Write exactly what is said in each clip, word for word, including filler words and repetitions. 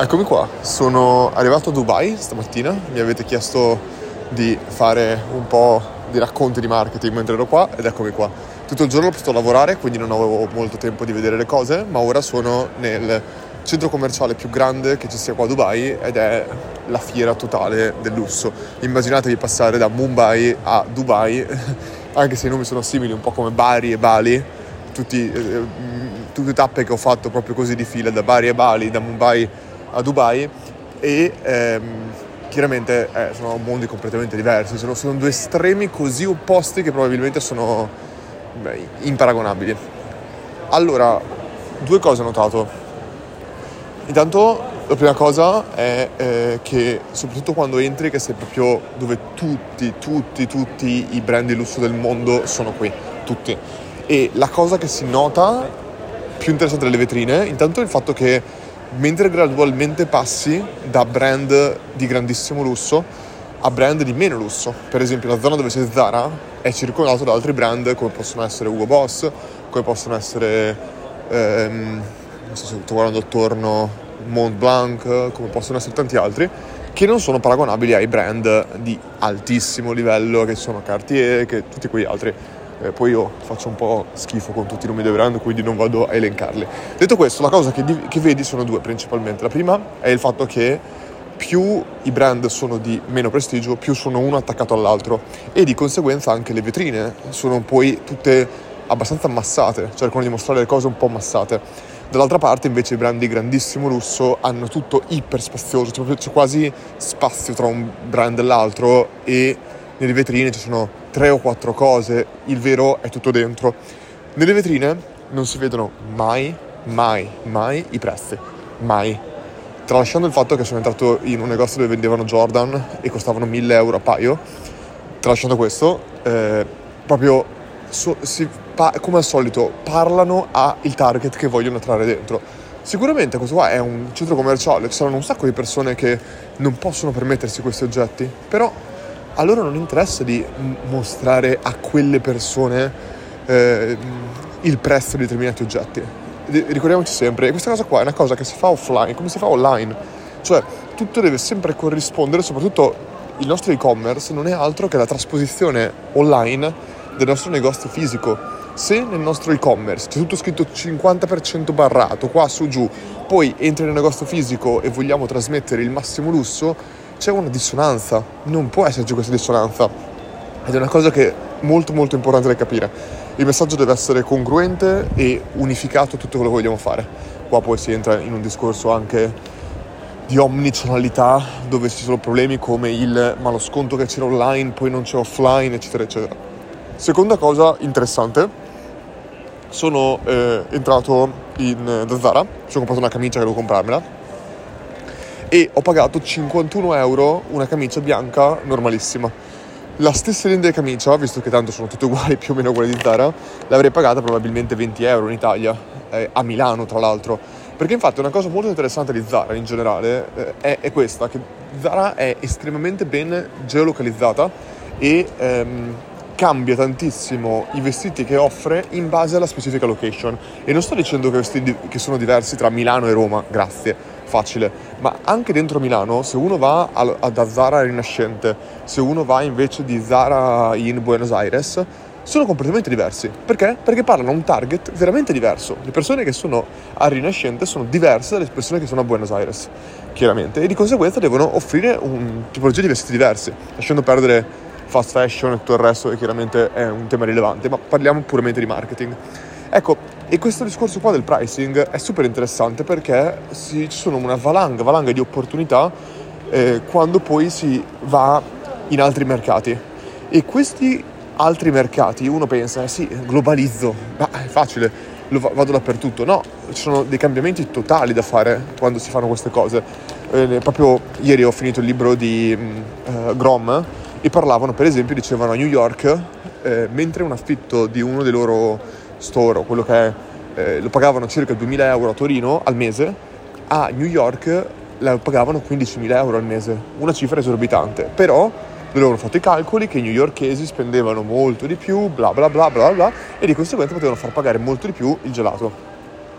Eccomi qua, sono arrivato a Dubai stamattina, mi avete chiesto di fare un po' di racconti di marketing mentre ero qua ed eccomi qua. Tutto il giorno ho potuto lavorare, quindi non avevo molto tempo di vedere le cose, ma ora sono nel centro commerciale più grande che ci sia qua a Dubai ed è la fiera totale del lusso. Immaginatevi passare da Mumbai a Dubai, anche se i nomi sono simili, un po' come Bari e Bali, tutti, eh, tutte tappe che ho fatto proprio così di fila, da Bari a Bali, da Mumbai a Dubai, e ehm, chiaramente eh, sono mondi completamente diversi, sono, sono due estremi così opposti che probabilmente sono beh, imparagonabili. Allora, due cose ho notato. Intanto la prima cosa è eh, che soprattutto quando entri, che sei proprio dove tutti, tutti, tutti i brand di lusso del mondo sono qui, tutti. E la cosa che si nota più interessante delle vetrine, intanto è il fatto che mentre gradualmente passi da brand di grandissimo lusso a brand di meno lusso, per esempio la zona dove c'è Zara è circondato da altri brand come possono essere Hugo Boss, come possono essere ehm, non so se sto guardando attorno, Mont Blanc, come possono essere tanti altri che non sono paragonabili ai brand di altissimo livello che sono Cartier, che tutti quegli altri. Eh, poi io faccio un po' schifo con tutti i nomi dei brand, quindi non vado a elencarli. Detto questo, la cosa che, di- che vedi sono due principalmente. La prima è il fatto che più i brand sono di meno prestigio, più sono uno attaccato all'altro, e di conseguenza anche le vetrine sono poi tutte abbastanza ammassate, cercano di mostrare le cose un po' ammassate. Dall'altra parte invece i brand di grandissimo lusso hanno tutto iper spazioso, c'è, proprio, c'è quasi spazio tra un brand e l'altro, e nelle vetrine ci sono tre o quattro cose, il vero è tutto dentro. Nelle vetrine non si vedono mai, mai, mai i prezzi, mai. Tralasciando il fatto che sono entrato in un negozio dove vendevano Jordan e costavano mille euro a paio, tralasciando questo, eh, proprio so, si, pa- come al solito parlano al target che vogliono trarre dentro. Sicuramente questo qua è un centro commerciale, ci saranno un sacco di persone che non possono permettersi questi oggetti, però a loro non interessa di mostrare a quelle persone eh, il prezzo di determinati oggetti. Ricordiamoci sempre, e questa cosa qua è una cosa che si fa offline, come si fa online, cioè tutto deve sempre corrispondere, soprattutto il nostro e-commerce non è altro che la trasposizione online del nostro negozio fisico. Se nel nostro e-commerce c'è tutto scritto cinquanta per cento barrato, qua su giù, poi entri nel negozio fisico e vogliamo trasmettere il massimo lusso, c'è una dissonanza, non può esserci questa dissonanza, ed è una cosa che è molto molto importante da capire. Il messaggio deve essere congruente e unificato a tutto quello che vogliamo fare. Qua poi si entra in un discorso anche di omnichannelità, dove ci sono problemi come il ma lo sconto che c'era online poi non c'è offline, eccetera eccetera. Seconda cosa interessante, sono eh, entrato in, da Zara, mi sono comprato una camicia che devo comprarmela e ho pagato cinquantuno euro una camicia bianca normalissima. La stessa identica camicia, visto che tanto sono tutte uguali, più o meno quelle di Zara, l'avrei pagata probabilmente venti euro in Italia, eh, a Milano tra l'altro. Perché infatti una cosa molto interessante di Zara in generale eh, è, è questa, che Zara è estremamente ben geolocalizzata e ehm, cambia tantissimo i vestiti che offre in base alla specifica location. E non sto dicendo che vestiti che sono diversi tra Milano e Roma, grazie, facile, ma anche dentro Milano, se uno va a, a, da Zara Rinascente, se uno va invece di Zara in Buenos Aires, sono completamente diversi. Perché? Perché parlano a un target veramente diverso. Le persone che sono a Rinascente sono diverse dalle persone che sono a Buenos Aires, chiaramente, e di conseguenza devono offrire un tipologia di vestiti diversi, lasciando perdere fast fashion e tutto il resto, che chiaramente è un tema rilevante, ma parliamo puramente di marketing. Ecco, e questo discorso qua del pricing è super interessante perché si, ci sono una valanga, valanga di opportunità eh, quando poi si va in altri mercati. E questi altri mercati, uno pensa, eh sì, globalizzo, ma è facile, lo va, vado dappertutto. No, ci sono dei cambiamenti totali da fare quando si fanno queste cose. Eh, proprio ieri ho finito il libro di uh, Grom e parlavano, per esempio, dicevano a New York, eh, mentre un affitto di uno dei loro store, quello che è, eh, lo pagavano circa duemila euro a Torino al mese, a New York lo pagavano quindicimila euro al mese, una cifra esorbitante. Però loro hanno fatto i calcoli che i newyorkesi spendevano molto di più, bla bla bla bla bla, e di conseguenza potevano far pagare molto di più il gelato.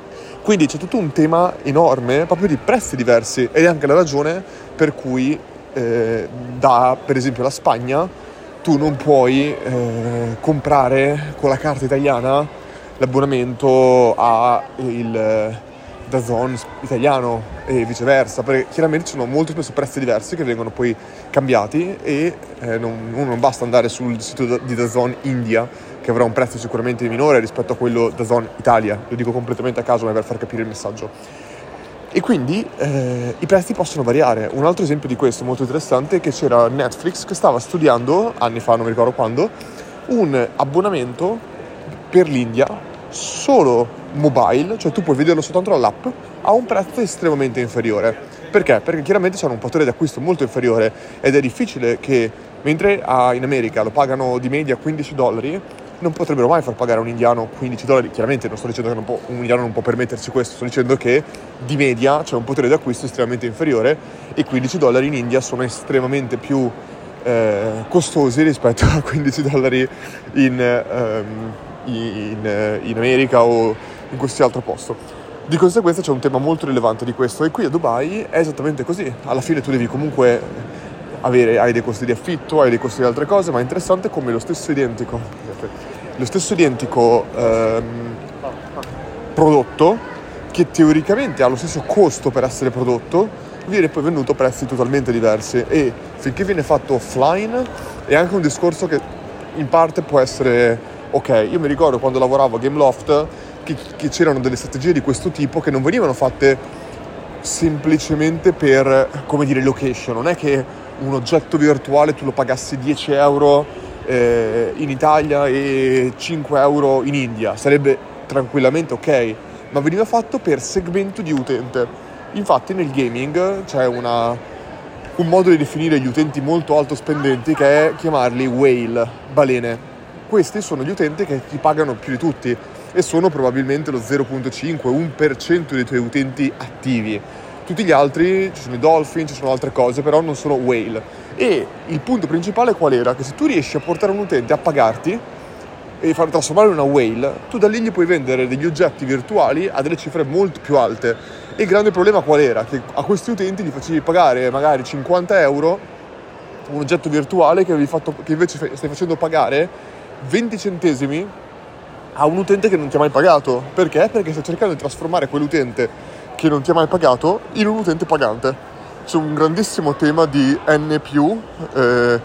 Quindi c'è tutto un tema enorme proprio di prezzi diversi, ed è anche la ragione per cui eh, da per esempio la Spagna tu non puoi eh, comprare con la carta italiana l'abbonamento a il DAZN italiano e viceversa, perché chiaramente ci sono molto spesso prezzi diversi che vengono poi cambiati e eh, non, non basta andare sul sito di DAZN India, che avrà un prezzo sicuramente minore rispetto a quello DAZN Italia. Lo dico completamente a caso, ma per far capire il messaggio. E quindi eh, i prezzi possono variare. Un altro esempio di questo molto interessante è che c'era Netflix che stava studiando, anni fa, non mi ricordo quando, un abbonamento per l'India solo mobile, cioè tu puoi vederlo soltanto dall'app, a un prezzo estremamente inferiore. Perché? Perché chiaramente c'hanno un potere di acquisto molto inferiore ed è difficile che, mentre in America lo pagano di media quindici dollari, non potrebbero mai far pagare a un indiano quindici dollari. Chiaramente non sto dicendo che non può, un indiano non può permettersi questo, sto dicendo che di media c'è un potere di acquisto estremamente inferiore e quindici dollari in India sono estremamente più eh, costosi rispetto a quindici dollari in, um, in, in America o in qualsiasi altro posto. Di conseguenza c'è un tema molto rilevante di questo, e qui a Dubai è esattamente così. Alla fine tu devi comunque avere, hai dei costi di affitto, hai dei costi di altre cose, ma è interessante come lo stesso identico lo stesso identico ehm, prodotto, che teoricamente ha lo stesso costo per essere prodotto, viene poi venduto a prezzi totalmente diversi, e finché viene fatto offline è anche un discorso che in parte può essere ok. Io mi ricordo quando lavoravo a Gameloft che, che c'erano delle strategie di questo tipo che non venivano fatte semplicemente per, come dire, location. Non è che un oggetto virtuale tu lo pagassi dieci euro eh, in Italia e cinque euro in India, sarebbe tranquillamente ok, ma veniva fatto per segmento di utente. Infatti nel gaming c'è una, un modo di definire gli utenti molto alto spendenti che è chiamarli whale, balene. Questi sono gli utenti che ti pagano più di tutti e sono probabilmente lo zero virgola cinque uno per cento dei tuoi utenti attivi. Tutti gli altri, ci sono i dolphin, ci sono altre cose, però non sono whale. E il punto principale qual era? Che se tu riesci a portare un utente a pagarti e farlo trasformare in una whale, tu da lì gli puoi vendere degli oggetti virtuali a delle cifre molto più alte. E il grande problema qual era? Che a questi utenti gli facevi pagare magari cinquanta euro un oggetto virtuale che, avevi fatto, che invece stai facendo pagare venti centesimi a un utente che non ti ha mai pagato. Perché? Perché stai cercando di trasformare quell'utente che non ti ha mai pagato in un utente pagante. C'è un grandissimo tema di N più, eh,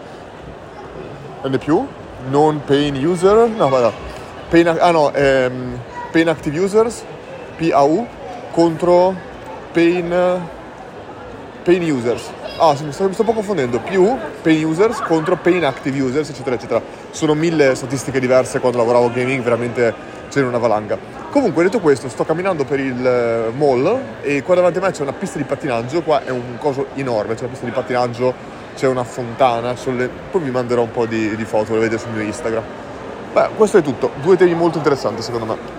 N più, non paying user, no, guarda, paying, ah no, ehm, paying active users, P A U, contro paying, paying users. Ah, mi sto, mi sto un po' confondendo, più paying users contro paying active users, eccetera, eccetera. Sono mille statistiche diverse. Quando lavoravo a gaming veramente c'era una valanga. Comunque, detto questo, sto camminando per il mall e qua davanti a me c'è una pista di pattinaggio. Qua è un coso enorme, c'è una pista di pattinaggio, c'è una fontana, le... poi vi manderò un po' di, di foto, le vedete sul mio Instagram. Beh, questo è tutto, due temi molto interessanti secondo me.